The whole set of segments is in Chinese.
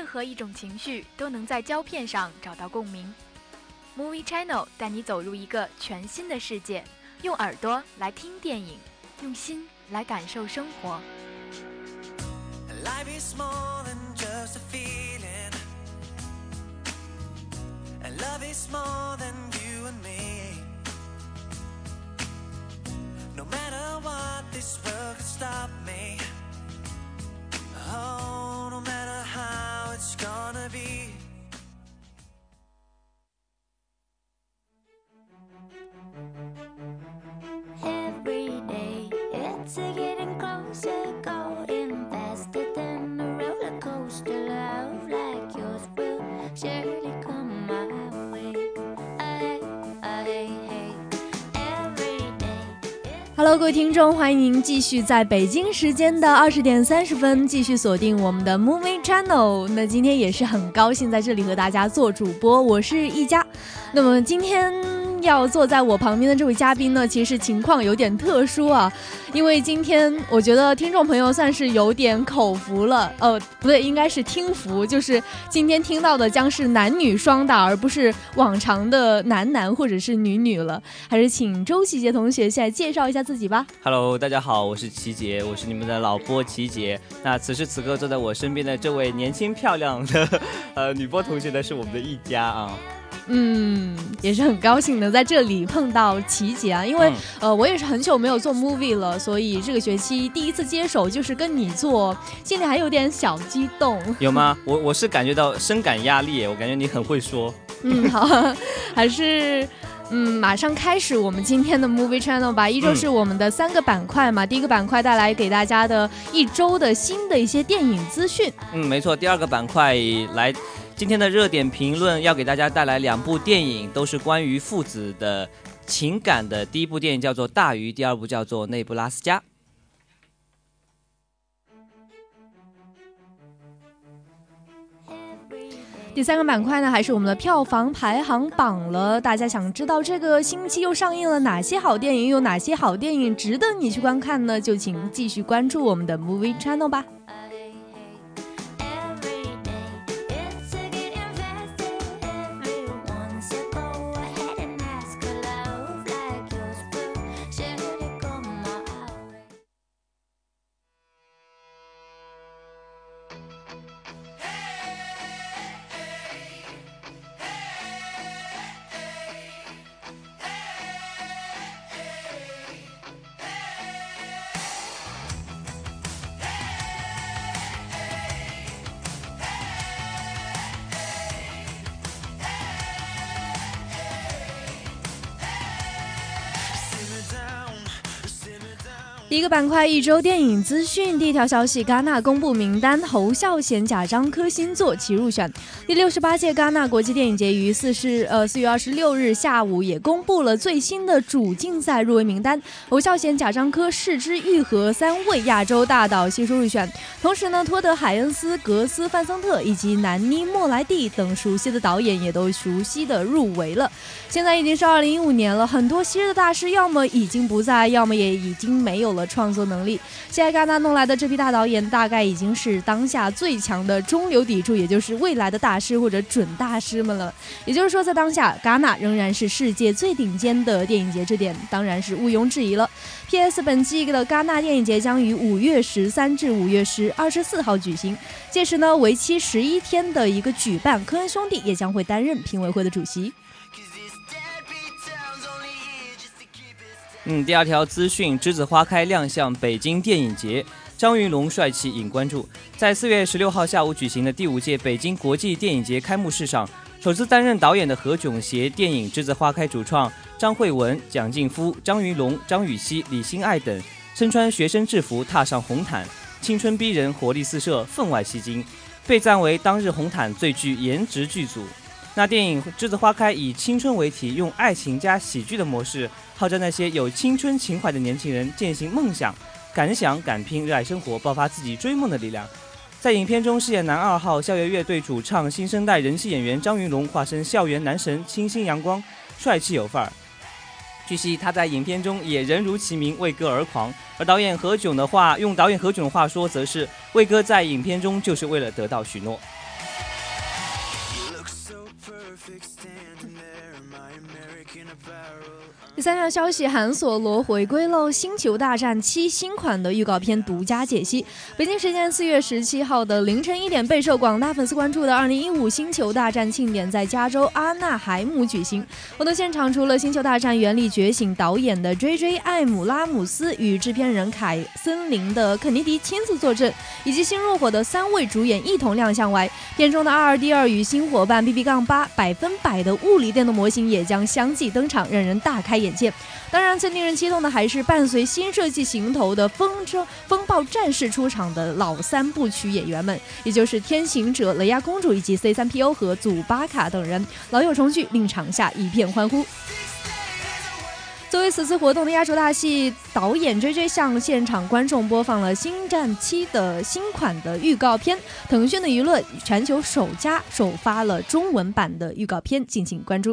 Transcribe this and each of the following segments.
何一种情绪都能在胶片上找到共鸣。Movie Channel 带你走入一个全新的世界，用耳朵来听电影，用心来感受生活。 Life is more than just a feeling, and love is more than you and me. No matter what, this world can stop me. Oh, no matter how it's gonna be. Every day it's getting closer, going faster than a roller coaster. Love like yours will surely come my way. Every day. Hello， 各位听众，欢迎您继续在北京时间的20点30分继续锁定我们的 Movie Channel。那今天也是很高兴在这里和大家做主播，我是一佳。那么今天要坐在我旁边的这位嘉宾呢，其实情况有点特殊啊，因为今天我觉得听众朋友算是有点口福了，不对，应该是听福，就是今天听到的将是男女双打，而不是往常的男男或者是女女了。还是请周琦杰同学现在介绍一下自己吧。 Hello， 大家好，我是琦杰，我是你们的老播琦杰。那此时此刻坐在我身边的这位年轻漂亮的女播同学呢，是我们的一佳啊。 也是很高兴能在这里碰到琦杰啊，因为我也是很久没有做 movie 了，所以这个学期第一次接手就是跟你做，心里还有点小激动。 有吗？我是感觉到深感压力，我感觉你很会说。 好，还是马上开始我们今天的 Movie Channel 吧。一周是我们的3个板块嘛，第一个板块带来给大家的一周的新的一些电影资讯。 没错，第二个板块来。今天的热点评论要给大家带来2部电影，都是关于父子的情感的。第一部电影叫做《大鱼》，第二部叫做《内布拉斯加》。 第3个板块呢，还是我们的票房排行榜了。大家想知道这个星期又上映了哪些好电影，有哪些好电影值得你去观看呢？就请继续关注我们的 Movie Channel 吧。第一个板块一周电影资讯，第一条消息，戛纳公布名单，侯孝贤、贾樟柯新作齐入选。第68届戛纳国际电影节于4月26日下午也公布了最新的主竞赛入围名单，侯孝贤、贾樟柯、是枝裕和3位亚洲大导悉数入选。同时呢，托德·海恩斯、格斯·范森特以及南妮·莫莱蒂等熟悉的导演也都熟悉的入围了。现在已经是2015年了，很多昔日的大师要么已经不在，要么也已经没有了创作能力。现在戛纳弄来的这批大导演大概已经是当下最强的中流砥柱，也就是未来的大师或者准大师们了。也就是说，在当下戛纳仍然是世界最顶尖的电影节，这点当然是毋庸置疑了。 PS 本季的戛纳电影节将于5月13至5月24号举行，届时呢为期11天的一个举办，科恩兄弟也将会担任评委会的主席。 第二条资讯，栀子花开亮相北京电影节，张云龙帅气引关注。在4月16号下午举行的第5届北京国际电影节开幕式上，首次担任导演的何炅携电影《栀子花开》主创张慧雯、蒋劲夫、张云龙、张雨绮、李心爱等身穿学生制服踏上红毯，青春逼人，活力四射，分外吸睛，被赞为当日红毯最具颜值剧组。那电影《栀子花开》以青春为题，用爱情加喜剧的模式，号召那些有青春情怀的年轻人践行梦想，敢想敢拼，热爱生活，爆发自己追梦的力量。在影片中饰演男2号校园乐队主唱新生代人气演员张云龙，化身校园男神，清新阳光，帅气有范儿。据悉，他在影片中也人如其名，为歌而狂。而导演何炅的话，用导演何炅的话说，则是魏哥在影片中就是为了得到许诺。 第三条消息，韩索罗回归喽，《星球大战7》新款的预告片独家解析。北京时间4月17号的凌晨1点，备受广大粉丝关注的2015星球大战庆典在加州阿纳海姆举行。活动现场除了《星球大战：原力觉醒》导演的 J.J. 艾姆拉姆斯与制片人凯森林的肯尼迪亲自坐镇，以及新入伙的3位主演一同亮相外，片中的2.2与新伙伴 BB-8%的物理电动模型也将相继登场，让人大开眼界。当然，最令人激动的还是伴随新设计行头的风暴战士出场的老3部曲演员们，也就是天行者、雷亚公主以及 C3PO 和祖巴卡等人，老友重聚，令场下一片欢呼。作为此次活动的压轴大戏，导演 JJ 向现场观众播放了《星战7》的新款的预告片。腾讯的娱乐全球首发了中文版的预告片，敬请关注。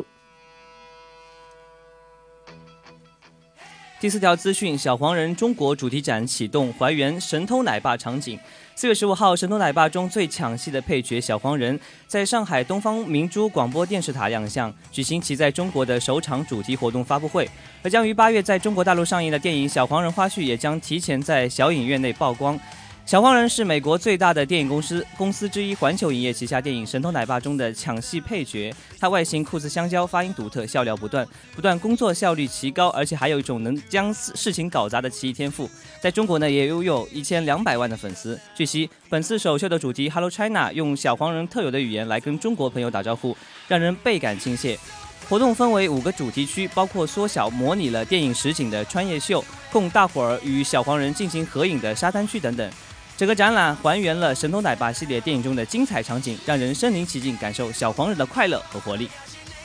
第4条资讯，小黄人中国主题展启动，还原神偷奶爸场景。4月15号，神偷奶爸中最抢戏的配角小黄人在上海东方明珠广播电视塔亮相，举行其在中国的首场主题活动发布会。而将于8月在中国大陆上映的电影《小黄人》花絮也将提前在小影院内曝光。小黄人是美国最大的电影公司之一环球影业旗下电影《神偷奶爸》中的抢戏配角。他外形酷似香蕉，发音独特，笑料不断工作效率奇高，而且还有一种能将事情搞砸的奇异天赋。在中国呢，也拥有1200万的粉丝。据悉，本次首秀的主题 Hello China 用小黄人特有的语言来跟中国朋友打招呼，让人倍感亲切。活动分为5个主题区，包括缩小模拟了电影实景的穿越秀，供大伙儿与小黄人进行合影的沙滩区等等。整个展览还原了《神偷奶爸》系列电影中的精彩场景，让人身临其境，感受小黄人的快乐和活力。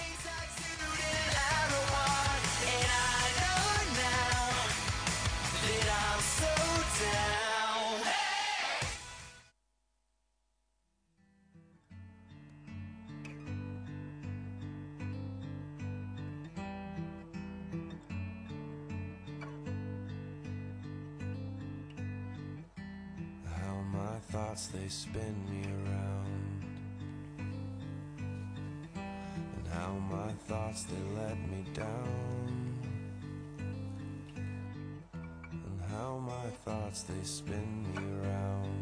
Thoughts they spin me around, and how my thoughts they let me down, and how my thoughts they spin me around.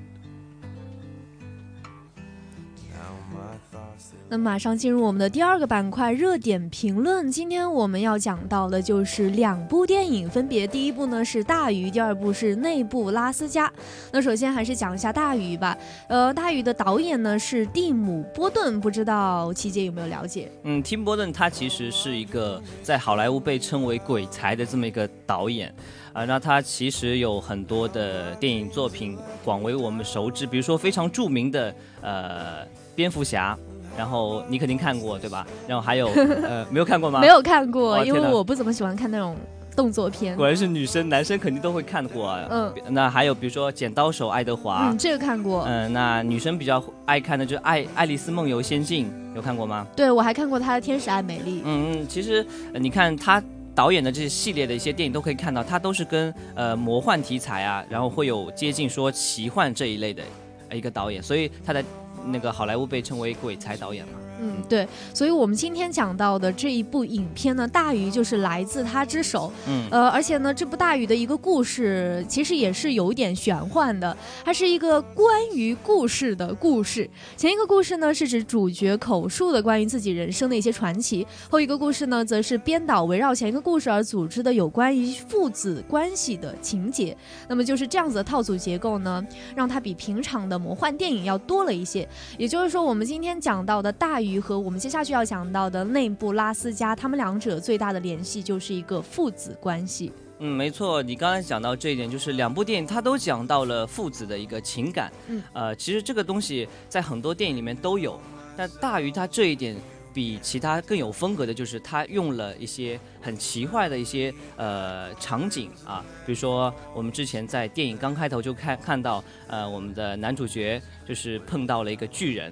那马上进入我们的第2个板块热点评论。今天我们要讲到的就是2部电影，分别第1部呢是大鱼，第2部是内布拉斯加。那首先还是讲一下大鱼吧。大鱼的导演呢是蒂姆·波顿，不知道琪姐有没有了解？ 蒂姆·波顿他其实是一个在好莱坞被称为鬼才的这么一个导演。那他其实有很多的电影作品广为我们熟知，比如说非常著名的蝙蝠侠，然后你肯定看过对吧？然后还有没有看过吗？ 没有看过，因为我不怎么喜欢看那种动作片。 果然是女生，男生肯定都会看过啊。那还有比如说剪刀手爱德华， 这个看过。 那女生比较爱看的就是爱丽丝梦游仙境，有看过吗？ 对，我还看过她的天使爱美丽。 其实你看他导演的这些系列的一些电影都可以看到，他都是跟魔幻题材啊，然后会有接近说奇幻这一类的一个导演，所以他的那个好莱坞被称为鬼才导演嘛。 对，所以我们今天讲到的这一部影片呢，大鱼就是来自他之手。而且呢，这部大鱼的一个故事其实也是有点玄幻的，它是一个关于故事的故事。前一个故事呢是指主角口述的关于自己人生的一些传奇，后一个故事呢则是编导围绕前一个故事而组织的有关于父子关系的情节。那么就是这样子的套组结构呢，让它比平常的魔幻电影要多了一些。也就是说，我们今天讲到的大鱼和我们接下去要讲到的内布拉斯加，他们两者最大的联系就是一个父子关系。 没错，你刚才讲到这一点，就是2部电影它都讲到了父子的一个情感。其实这个东西在很多电影里面都有，但大鱼它这一点比其他更有风格的就是他用了一些很奇幻的一些场景啊，比如说我们之前在电影刚开头就看到我们的男主角就是碰到了一个巨人，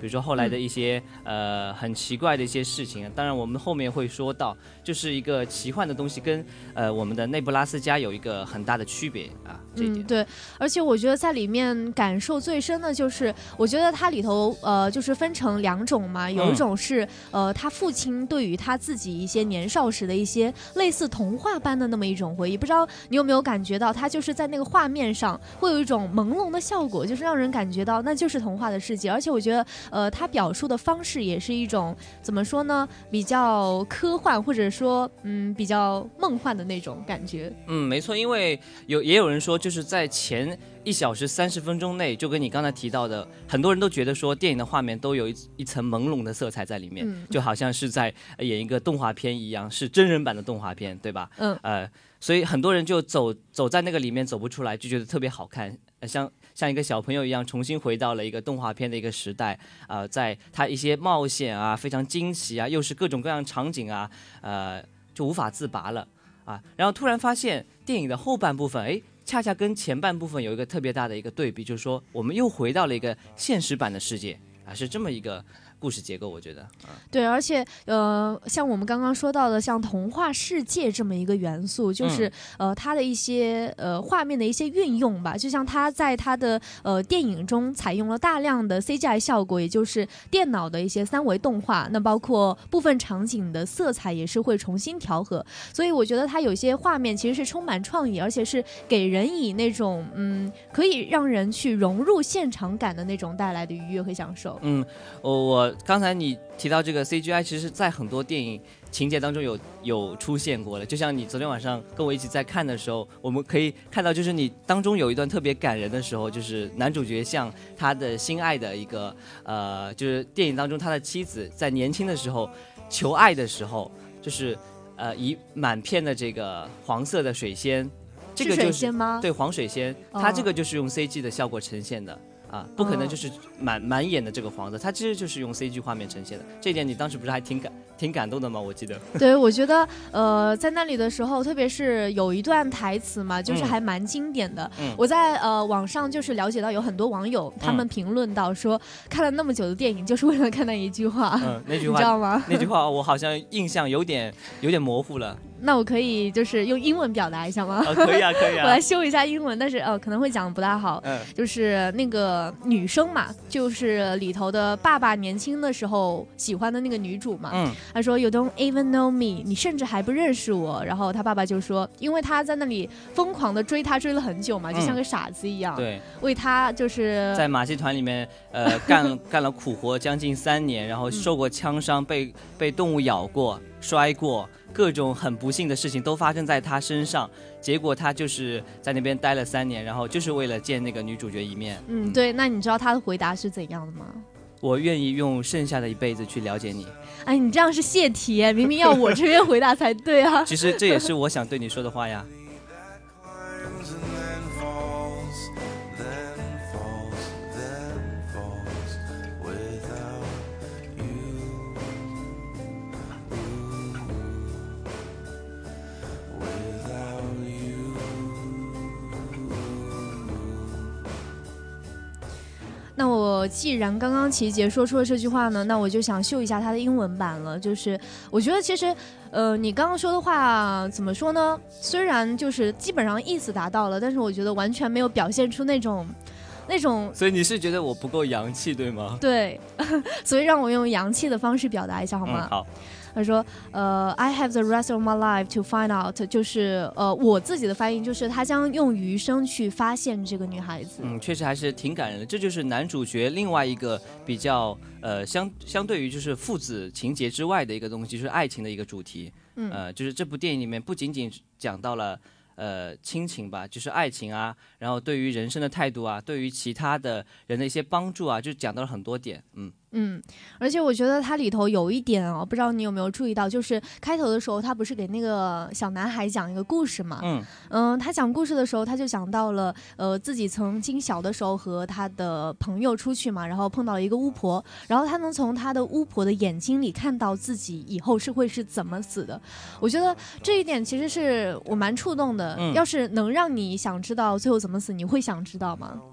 比如说后来的一些很奇怪的一些事情，当然我们后面会说到，就是一个奇幻的东西跟我们的内布拉斯加有一个很大的区别啊，这一点。 对，而且我觉得在里面感受最深的就是，我觉得它里头就是分成2种嘛，有一种是他父亲对于他自己一些年少时的一些类似童话般的那么一种回忆，不知道你有没有感觉到，他就是在那个画面上会有一种朦胧的效果，就是让人感觉到那就是童话的世界。而且我觉得他表述的方式也是一种怎么说呢，比较科幻或者说比较梦幻的那种感觉。 没错，因为也有人说，就是在前1小时30分钟内，就跟你刚才提到的，很多人都觉得说电影的画面都有一层朦胧的色彩在里面，就好像是在演一个动画片一样，是真人版的动画片，对吧？所以很多人就走在那个里面走不出来，就觉得特别好看，像一个小朋友一样，重新回到了一个动画片的一个时代在他一些冒险啊，非常惊奇啊，又是各种各样场景啊，就无法自拔了然后突然发现电影的后半部分，恰恰跟前半部分有一个特别大的一个对比，就是说我们又回到了一个现实版的世界是这么一个故事结构，我觉得对，而且像我们刚刚说到的，像童话世界这么一个元素，就是它的一些画面的一些运用吧，就像它在它的电影中采用了大量的 CGI 效果，也就是电脑的一些3维动画，那包括部分场景的色彩也是会重新调和，所以我觉得它有些画面其实是充满创意，而且是给人以那种可以让人去融入现场感的那种带来的愉悦和享受。 我刚才你提到这个 CGI， 其实在很多电影情节当中有出现过了，就像你昨天晚上跟我一起在看的时候，我们可以看到，就是你当中有一段特别感人的时候，就是男主角向他的心爱的一个就是电影当中他的妻子在年轻的时候求爱的时候，就是以满片的这个黄色的水仙，这个就是水仙吗？ 对，黄水仙，它这个就是用 CG 的效果呈现的。不可能就是满眼的这个黄色，它其实就是用 CG 画面呈现的。这一点你当时不是还挺感动的吗？我记得。 对，我觉得在那里的时候，特别是有一段台词嘛，就是还蛮经典的。我在网上就是了解到有很多网友他们评论到说，看了那么久的电影就是为了看那一句话。 那句话你知道吗？ 那句话我好像印象有点模糊了。 那我可以就是用英文表达一下吗？ 可以啊，可以啊。 我来修一下英文，但是可能会讲得不大好。就是那个女生嘛，就是里头的爸爸年轻的时候喜欢的那个女主嘛。他说 You don't even know me， 你甚至还不认识我。然后他爸爸就说，因为他在那里疯狂的追她，追了很久嘛，就像个傻子一样。 对， 为他就是在马戏团里面干了苦活将近3年，然后受过枪伤，被动物咬过，摔过。各种很不幸的事情都发生在他身上，结果他就是在那边待了3年，然后就是为了见那个女主角一面。 对，那你知道他的回答是怎样的吗？ 我愿意用剩下的一辈子去了解你。 哎，你这样是泄题耶，明明要我这边回答才对啊。 其实这也是我想对你说的话呀。 那我既然刚刚齐杰说出了这句话呢，那我就想秀一下他的英文版了。就是我觉得其实你刚刚说的话怎么说呢，虽然就是基本上意思达到了，但是我觉得完全没有表现出那种所以你是觉得我不够洋气对吗？ 对所以让我用洋气的方式表达一下好吗？ 好。 他说I have the rest of my life to find out， 就是我自己的翻译就是他将用余生去发现这个女孩子。 确实还是挺感人的。这就是男主角另外一个比较相对于就是父子情节之外的一个东西，就是爱情的一个主题。就是这部电影里面不仅仅讲到了亲情吧，就是爱情啊，然后对于人生的态度啊，对于其他的人的一些帮助啊，就讲到了很多点。 而且我觉得它里头有一点不知道你有没有注意到，就是开头的时候他不是给那个小男孩讲一个故事嘛。他讲故事的时候他就讲到了自己曾经小的时候和他的朋友出去嘛，然后碰到了一个巫婆，然后他能从他的巫婆的眼睛里看到自己以后会是怎么死的。我觉得这一点其实是我蛮触动的。要是能让你想知道最后怎么死，你会想知道吗？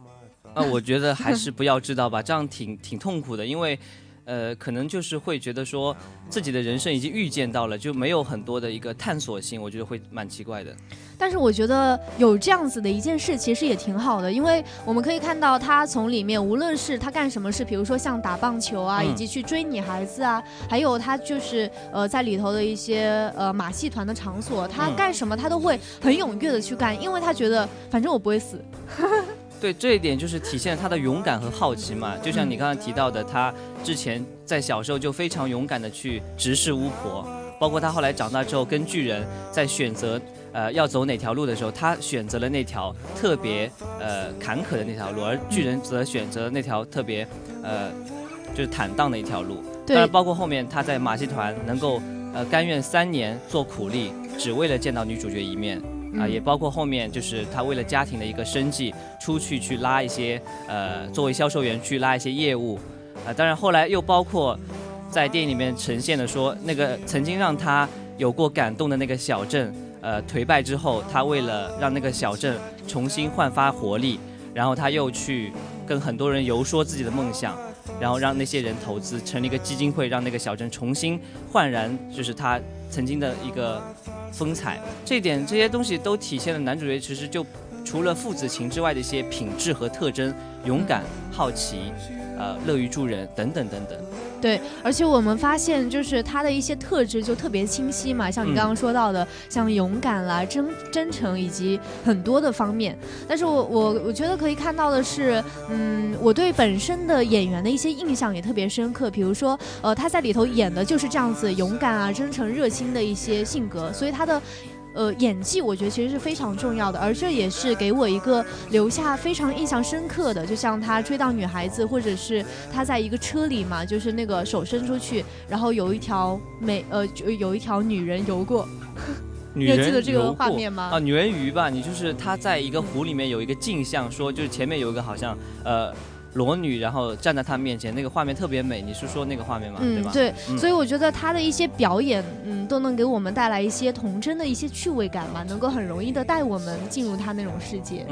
我觉得还是不要知道吧，这样挺痛苦的，因为可能就是会觉得说自己的人生已经预见到了，就没有很多的一个探索性，我觉得会蛮奇怪的。 但是我觉得有这样子的一件事其实也挺好的，因为我们可以看到他从里面无论是他干什么事，比如说像打棒球啊，以及去追女孩子啊，还有他就是在里头的一些马戏团的场所，他干什么他都会很踊跃的去干，因为他觉得反正我不会死。 对，这一点就是体现了他的勇敢和好奇嘛。就像你刚刚提到的，他之前在小时候就非常勇敢的去直视巫婆，包括他后来长大之后跟巨人在选择要走哪条路的时候，他选择了那条特别坎坷的那条路，而巨人则选择那条特别就是坦荡的一条路。当然，包括后面他在马戏团能够甘愿3年做苦力，只为了见到女主角一面。也包括后面就是他为了家庭的一个生计，出去拉一些作为销售员去拉一些业务，当然后来又包括在电影里面呈现的说，那个曾经让他有过感动的那个小镇，颓败之后，他为了让那个小镇重新焕发活力，然后他又去跟很多人游说自己的梦想，然后让那些人投资，成立一个基金会，让那个小镇重新焕然，就是他曾经的一个风采。这些东西都体现了男主角其实就除了父子情之外的一些品质和特征，勇敢、好奇，乐于助人等等等等。 对，而且我们发现就是他的一些特质就特别清晰嘛，像你刚刚说到的，像勇敢啦、真诚以及很多的方面。但是我觉得可以看到的是，我对本身的演员的一些印象也特别深刻。比如说，他在里头演的就是这样子勇敢啊、真诚、热心的一些性格，所以他的演技我觉得其实是非常重要的，而这也是给我一个留下非常印象深刻的，就像他追到女孩子，或者是他在一个车里嘛，就是那个手伸出去，然后有一条女人游过。 女人你记得这个画面吗？ 女人鱼吧，你就是他在一个湖里面有一个镜像，说就是前面有一个好像裸女，然后站在他面前，那个画面特别美。你是说那个画面吗？对吧？ 对，所以我觉得他的一些表演，都能给我们带来一些童真的一些趣味感嘛，能够很容易的带我们进入他那种世界。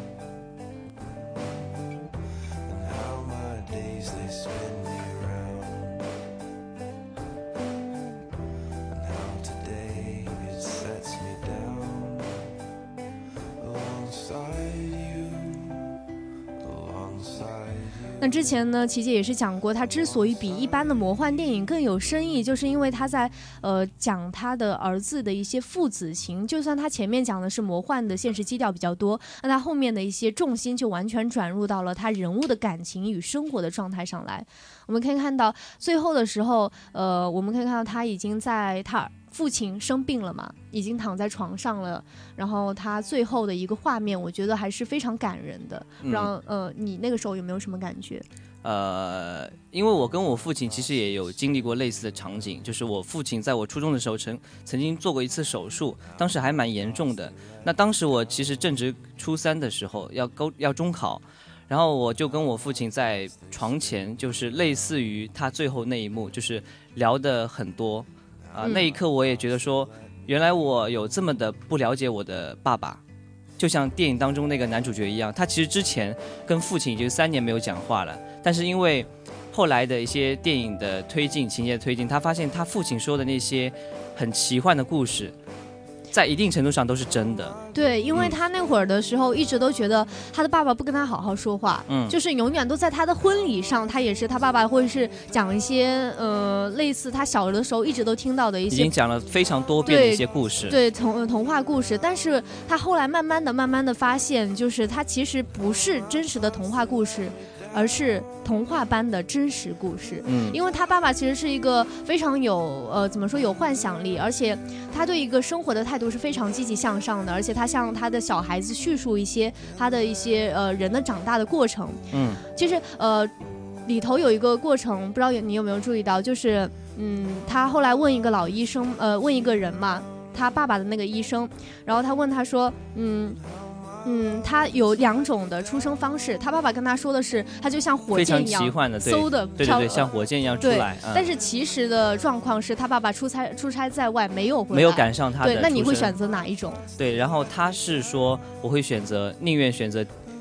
那之前呢，琪姐也是讲过，他之所以比一般的魔幻电影更有深意，就是因为他在讲他的儿子的一些父子情。就算他前面讲的是魔幻的现实基调比较多，那他后面的一些重心就完全转入到了他人物的感情与生活的状态上来。我们可以看到最后的时候，我们可以看到他已经在他父亲生病了嘛，已经躺在床上了，然后他最后的一个画面，我觉得还是非常感人的。你那个时候有没有什么感觉？ 因为我跟我父亲其实也有经历过类似的场景，就是我父亲在我初中的时候曾经做过一次手术，当时还蛮严重的。那当时我其实正值初3的时候，要中考，然后我就跟我父亲在床前，就是类似于他最后那一幕，就是聊得很多。那一刻我也觉得说，原来我有这么的不了解我的爸爸，就像电影当中那个男主角一样，他其实之前跟父亲已经3年没有讲话了，但是因为后来的一些电影的推进、情节的推进，他发现他父亲说的那些很奇幻的故事，在一定程度上都是真的。 对，因为他那会儿的时候一直都觉得他的爸爸不跟他好好说话，就是永远都在他的婚礼上，他也是他爸爸会是讲一些类似他小的时候一直都听到的一些， 已经讲了非常多遍的一些故事， 对童话故事。但是他后来慢慢的发现，就是他其实不是真实的童话故事，而是童话般的真实故事。因为他爸爸其实是一个非常有怎么说有幻想力，而且他对一个生活的态度是非常积极向上的，而且他向他的小孩子叙述一些他的一些人的长大的过程。其实里头有一个过程，不知道你有没有注意到，就是他后来问一个老医生，问一个人嘛，他爸爸的那个医生，然后他问他说，他有2种的出生方式，他爸爸跟他说的是，他就像火箭一样， 非常奇幻的， 嗖的， 对，像火箭一样出来。 但是其实的状况是他爸爸出差在外，没有回来， 没有赶上他的。 对，那你会选择哪一种？ 对，然后他是说，我会宁愿选择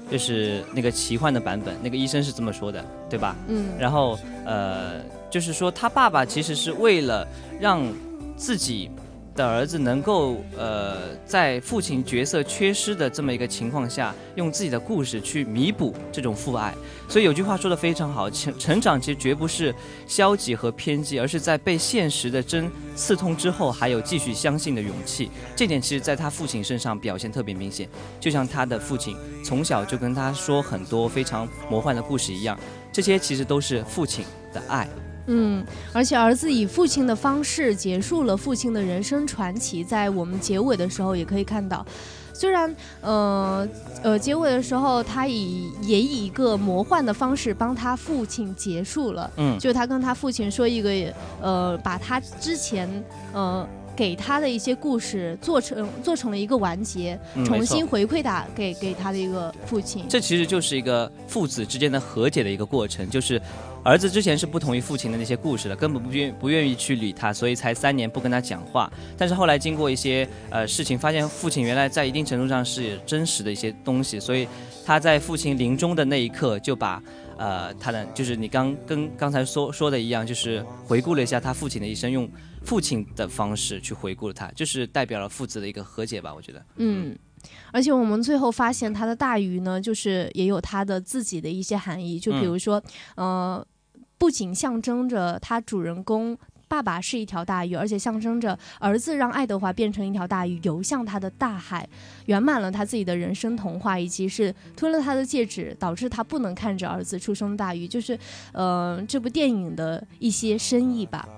就是那个奇幻的版本，那个医生是这么说的，对吧？然后就是说他爸爸其实是为了让自己的儿子能够在父亲角色缺失的这么一个情况下，用自己的故事去弥补这种父爱。所以有句话说得非常好，成长其实绝不是消极和偏激，而是在被现实的针刺痛之后还有继续相信的勇气。这点其实在他父亲身上表现特别明显，就像他的父亲从小就跟他说很多非常魔幻的故事一样，这些其实都是父亲的爱。 而且儿子以父亲的方式结束了父亲的人生传奇，在我们结尾的时候也可以看到，虽然结尾的时候他也以一个魔幻的方式帮他父亲结束了，就是他跟他父亲说一个把他之前给他的一些故事做成了一个完结，重新回馈给他的一个父亲。 这其实就是一个父子之间的和解的一个过程，就是儿子之前是不同意父亲的那些故事的，根本不愿意去理他，所以才3年不跟他讲话。但是后来经过一些事情，发现父亲原来在一定程度上是真实的一些东西，所以他在父亲临终的那一刻就把他的就是你跟刚才说的一样，就是回顾了一下他父亲的一生，用父亲的方式去回顾了他，就是代表了父子的一个和解吧，我觉得。 而且我们最后发现他的大鱼呢，就是也有他的自己的一些含义，就比如说不仅象征着他主人公爸爸是一条大鱼，而且象征着儿子让爱德华变成一条大鱼游向他的大海，圆满了他自己的人生童话，以及是吞了他的戒指导致他不能看着儿子出生的大鱼，就是这部电影的一些深意吧。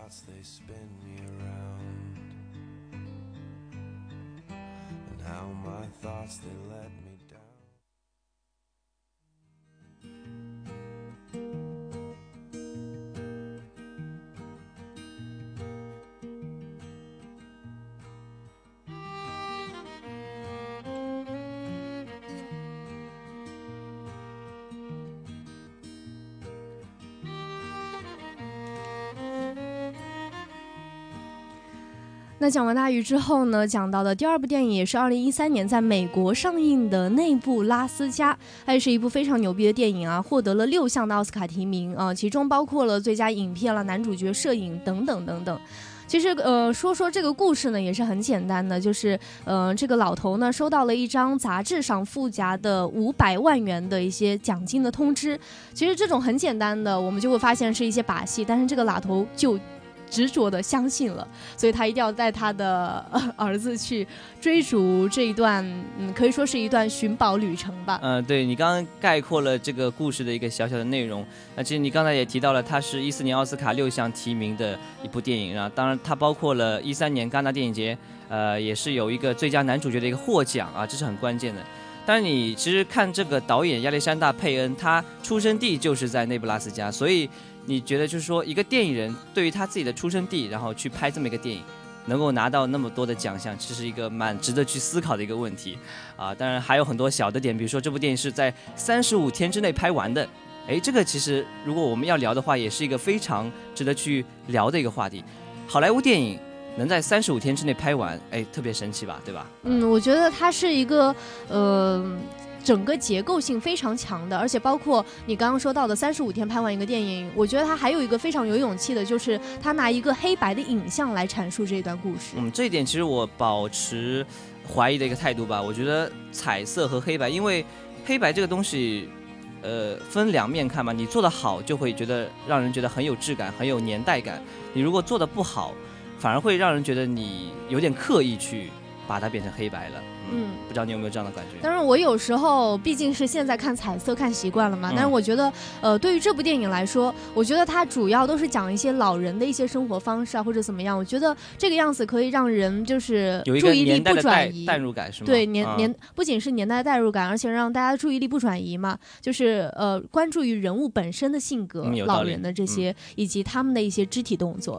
那讲完大鱼之后呢，讲到的第二部电影也是2013年在美国上映的那部《拉斯加》，它也是一部非常牛逼的电影啊，获得了6项的奥斯卡提名啊，其中包括了最佳影片了、男主角、摄影等等等等。其实说这个故事呢也是很简单的，就是这个老头呢收到了一张杂志上附夹的500万元的一些奖金的通知。其实这种很简单的，我们就会发现是一些把戏，但是这个老头就执着的相信了，所以他一定要带他的儿子去追逐这一段可以说是一段寻宝旅程吧。 对，你刚刚概括了这个故事的一个小小的内容。那其实你刚才也提到了，它是14年奥斯卡6项提名的一部电影啊，当然它包括了13年戛纳电影节也是有一个最佳男主角的一个获奖啊，这是很关键的。但是你其实看这个导演亚历山大佩恩，他出生地就是在内布拉斯加，所以你觉得就是说一个电影人对于他自己的出生地然后去拍这么一个电影，能够拿到那么多的奖项，这是一个蛮值得去思考的一个问题啊。当然还有很多小的点，比如说这部电影是在35天之内拍完的，这个其实如果我们要聊的话，也是一个非常值得去聊的一个话题。好莱坞电影能在35天之内拍完，特别神奇吧，对吧？ 我觉得它是一个整个结构性非常强的，而且包括你刚刚说到的35天拍完一个电影，我觉得他还有一个非常有勇气的，就是他拿一个黑白的影像来阐述这一段故事。 这一点其实我保持怀疑的一个态度吧。我觉得彩色和黑白，因为黑白这个东西分两面看嘛，你做得好就会让人觉得很有质感，很有年代感，你如果做得不好反而会让人觉得你有点刻意去把它变成黑白了。不知道你有没有这样的感觉？当然我有时候毕竟是现在看彩色看习惯了嘛，但是我觉得对于这部电影来说，我觉得它主要都是讲一些老人的一些生活方式啊，或者怎么样，我觉得这个样子可以让人就是注意力不转移， 代入感是吗？ 对，不仅是年代代入感，而且让大家注意力不转移嘛，就是关注于人物本身的性格，老人的这些以及他们的一些肢体动作。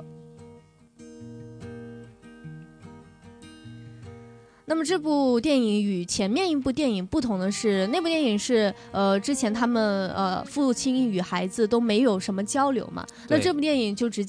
那么这部电影与前面一部电影不同的是，那部电影是之前他们父亲与孩子都没有什么交流嘛，那这部电影就直接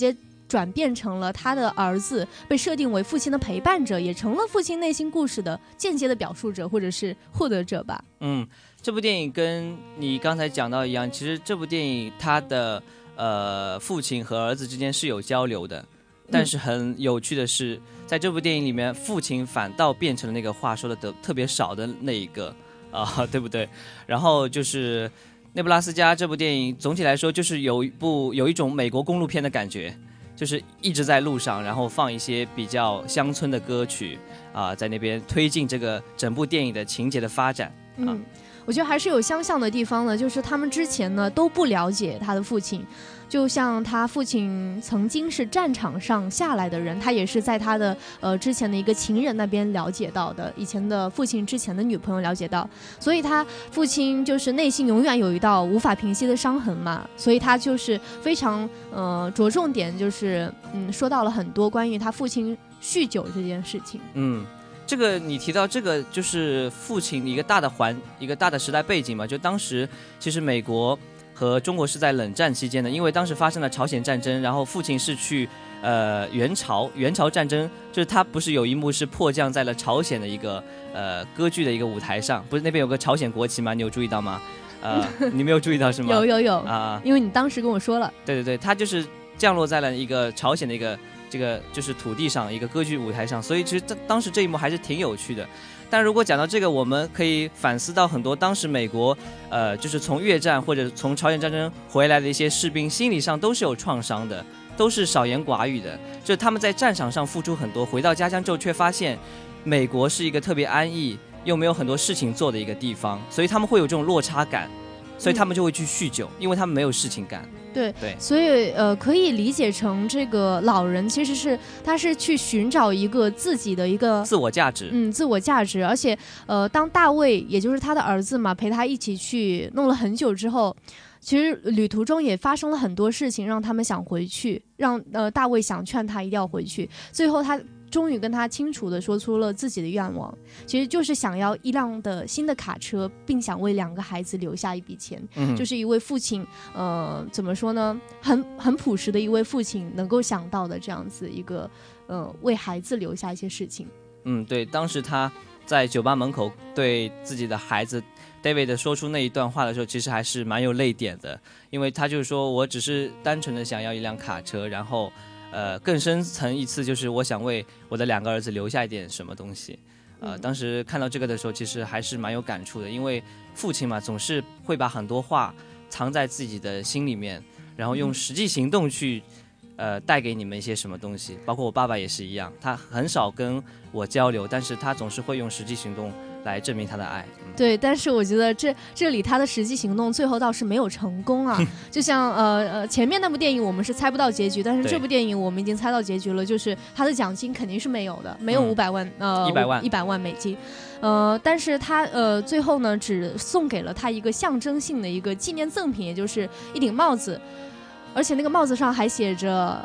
转变成了他的儿子被设定为父亲的陪伴者，也成了父亲内心故事的间接的表述者或者是获得者吧。 这部电影跟你刚才讲到一样，其实这部电影他的父亲和儿子之间是有交流的，但是很有趣的是，在这部电影里面，父亲反倒变成了那个话说的特别少的那一个对不对？然后就是内布拉斯加这部电影总体来说就是有一种美国公路片的感觉，就是一直在路上，然后放一些比较乡村的歌曲在那边推进这个整部电影的情节的发展。 我觉得还是有相像的地方呢，就是他们之前呢都不了解他的父亲，就像他父亲曾经是战场上下来的人，他也是在他的之前的一个情人那边了解到的，以前的父亲之前的女朋友了解到，所以他父亲就是内心永远有一道无法平息的伤痕嘛，所以他就是非常着重点就是说到了很多关于他父亲酗酒这件事情。 这个你提到这个就是父亲一个大的时代背景嘛，就当时其实美国和中国是在冷战期间的，因为当时发生了朝鲜战争，然后父亲是去元朝战争，就是他不是有一幕是迫降在了朝鲜的一个歌剧的一个舞台上，不是那边有个朝鲜国旗吗？你有注意到吗？你没有注意到是吗？ 有因为你当时跟我说了。 对，他就是降落在了一个朝鲜的一个这个就是土地上一个歌剧舞台上，所以其实当时这一幕还是挺有趣的。但如果讲到这个，我们可以反思到很多当时美国就是从越战或者从朝鲜战争回来的一些士兵，心理上都是有创伤的，都是少言寡语的，就是他们在战场上付出很多，回到家乡之后却发现美国是一个特别安逸又没有很多事情做的一个地方，所以他们会有这种落差感，所以他们就会去酗酒，因为他们没有事情干。 对，所以可以理解成这个老人其实他是去寻找一个自己的一个自我价值， 自我价值。而且当大卫也就是他的儿子嘛，陪他一起去弄了很久之后，其实旅途中也发生了很多事情，让他们想回去，让大卫想劝他一定要回去。最后他终于跟他清楚地说出了自己的愿望，其实就是想要一辆的新的卡车，并想为2个孩子留下一笔钱。就是一位父亲怎么说呢，很朴实的一位父亲能够想到的这样子一个为孩子留下一些事情。 对，当时他在酒吧门口对自己的孩子 David 说出那一段话的时候，其实还是蛮有泪点的，因为他就是说我只是单纯的想要一辆卡车，然后更深层一次就是我想为我的2个儿子留下一点什么东西。当时看到这个的时候，其实还是蛮有感触的，因为父亲嘛，总是会把很多话藏在自己的心里面，然后用实际行动去带给你们一些什么东西。包括我爸爸也是一样，他很少跟我交流，但是他总是会用实际行动来证明他的爱。 对，但是我觉得这里他的实际行动最后倒是没有成功啊。就像前面那部电影我们是猜不到结局，但是这部电影我们已经猜到结局了，就是他的奖金肯定是没有的，没有500万100万美金。但是他最后呢只送给了他一个象征性的一个纪念赠品，也就是一顶帽子。而且那个帽子上还写着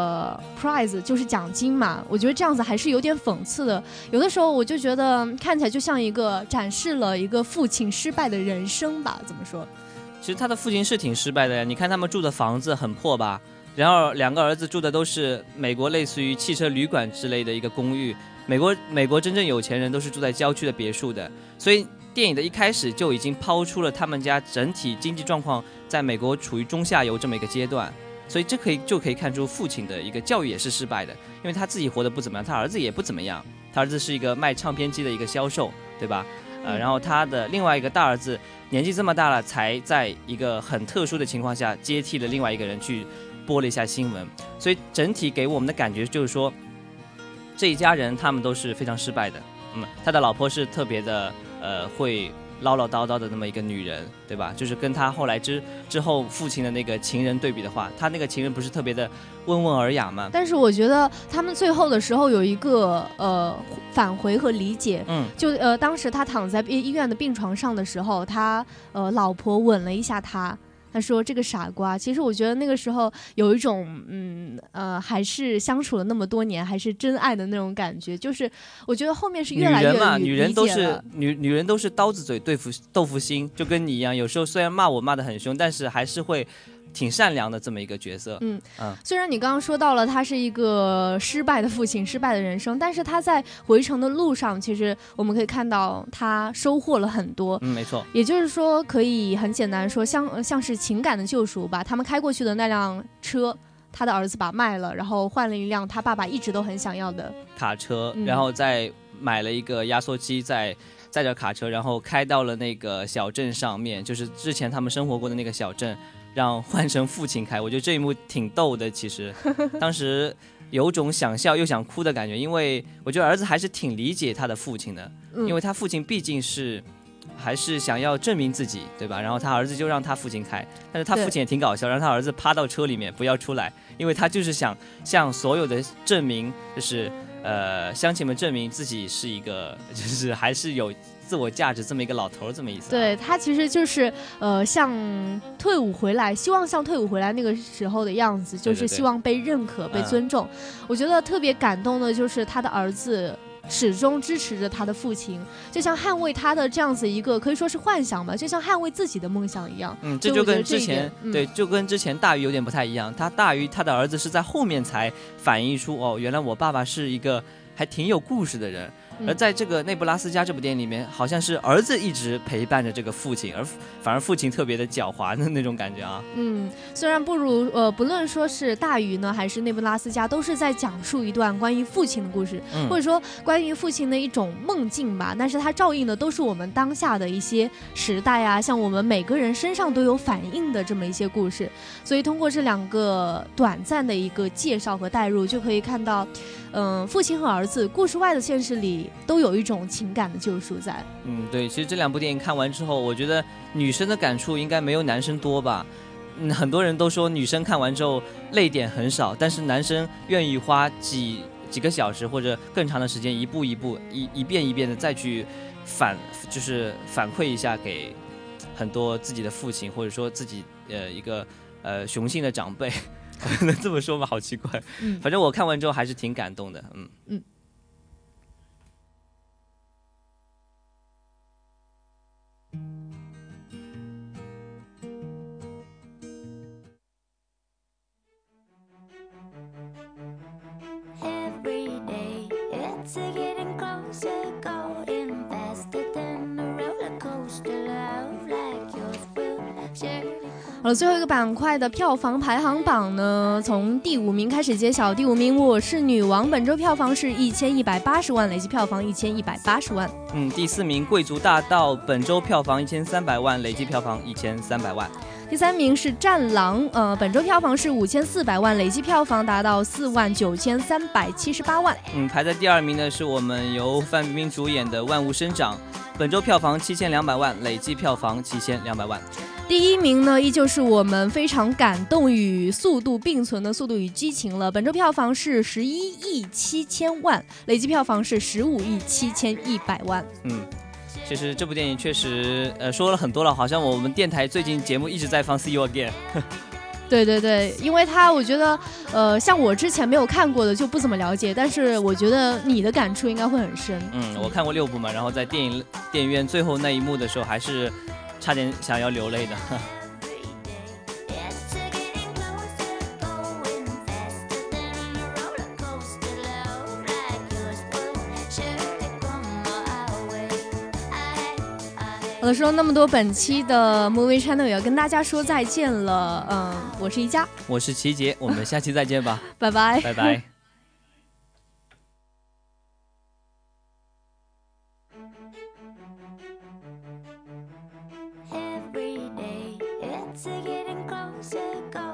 prize， 就是奖金嘛。我觉得这样子还是有点讽刺的，有的时候我就觉得看起来就像一个展示了一个父亲失败的人生吧。怎么说， 其实他的父亲是挺失败的呀，你看他们住的房子很破吧，然后2个儿子住的都是美国类似于汽车旅馆之类的一个公寓，美国真正有钱人都是住在郊区的别墅的，所以电影的一开始就已经抛出了他们家整体经济状况在美国处于中下游这么一个阶段，所以这就可以看出父亲的一个教育也是失败的，因为他自己活得不怎么样，他儿子也不怎么样，他儿子是一个卖唱片机的一个销售，对吧？然后他的另外一个大儿子年纪这么大了，才在一个很特殊的情况下接替了另外一个人去播了一下新闻，所以整体给我们的感觉就是说，这一家人他们都是非常失败的。他的老婆是特别的会唠唠叨叨的那么一个女人，对吧？就是跟他后来之后父亲的那个情人对比的话，他那个情人不是特别的温文尔雅吗？ 但是我觉得他们最后的时候有一个返回和理解。就当时他躺在医院的病床上的时候，他老婆吻了一下他说这个傻瓜。其实我觉得那个时候有一种还是相处了那么多年还是真爱的那种感觉，就是我觉得后面是越来越理解了。女人都是刀子嘴豆腐心，就跟你一样，有时候虽然骂我骂得很凶，但是还是会挺善良的这么一个角色。 虽然你刚刚说到了他是一个失败的父亲，失败的人生，但是他在回程的路上，其实我们可以看到他收获了很多。 没错。 也就是说，可以很简单说，像是情感的救赎吧。他们开过去的那辆车，他的儿子把卖了，然后换了一辆他爸爸一直都很想要的卡车，然后再买了一个压缩机，载着卡车，然后开到了那个小镇上面，就是之前他们生活过的那个小镇，让换成父亲开。我觉得这一幕挺逗的，其实当时有种想笑又想哭的感觉，因为我觉得儿子还是挺理解他的父亲的，因为他父亲毕竟还是想要证明自己，对吧？然后他儿子就让他父亲开，但是他父亲也挺搞笑，让他儿子趴到车里面不要出来，因为他就是想向所有的证明，就是乡亲们证明自己是一个，就是还是有自我价值这么一个老头这么意思。 对，他其实就是像退伍回来，希望像退伍回来那个时候的样子，就是希望被认可、被尊重。我觉得特别感动的就是他的儿子始终支持着他的父亲，就像捍卫他的这样子一个可以说是幻想吧，就像捍卫自己的梦想一样。 这就跟之前对，就跟之前大鱼有点不太一样。大鱼他的儿子是在后面才反映出原来我爸爸是一个还挺有故事的人。而在这个内布拉斯加这部电影里面，好像是儿子一直陪伴着这个父亲，而反而父亲特别的狡猾的那种感觉啊。 虽然不论说是大鱼呢，还是内布拉斯加，都是在讲述一段关于父亲的故事，或者说关于父亲的一种梦境吧。但是它照应的都是我们当下的一些时代啊，像我们每个人身上都有反映的这么一些故事。所以通过这两个短暂的一个介绍和带入，就可以看到父亲和儿子故事外的现实里都有一种情感的救赎在。 对，其实这两部电影看完之后，我觉得女生的感触应该没有男生多吧。很多人都说女生看完之后泪点很少，但是男生愿意花几个小时或者更长的时间，一步一步一遍一遍的再去反馈一下给很多自己的父亲，或者说自己一个雄性的长辈。能这么说吗？好奇怪。反正我看完之后还是挺感动的。 好了，最后一个板块的票房排行榜呢，从第5名开始揭晓。第5名《我是女王》，本周票房是1180万，累计票房1180万。 第4名《贵族大盗》，本周票房1300万，累计票房1300万。 第3名是《战狼》，本周票房是5400万，累计票房达到49378万。 排在第2名的是我们由范冰冰主演的《万物生长》，本周票房7200万，累计票房7200万。 第1名呢，依旧是我们非常感动与速度并存的《速度与激情》了，本周票房是11亿7000万，累计票房是15亿7100万。 其实这部电影确实说了很多了，好像我们电台最近节目一直在放 See You Again。 对，因为它我觉得像我之前没有看过的就不怎么了解，但是我觉得你的感触应该会很深。 我看过6部嘛，然后在电影院最后那一幕的时候还是差点想要流泪的。 好了，说那么多，本期的 Movie Channel 也要跟大家说再见了。我是一佳， 我是齐杰，我们下期再见吧。 拜拜， 拜拜。 Every day it's getting closer.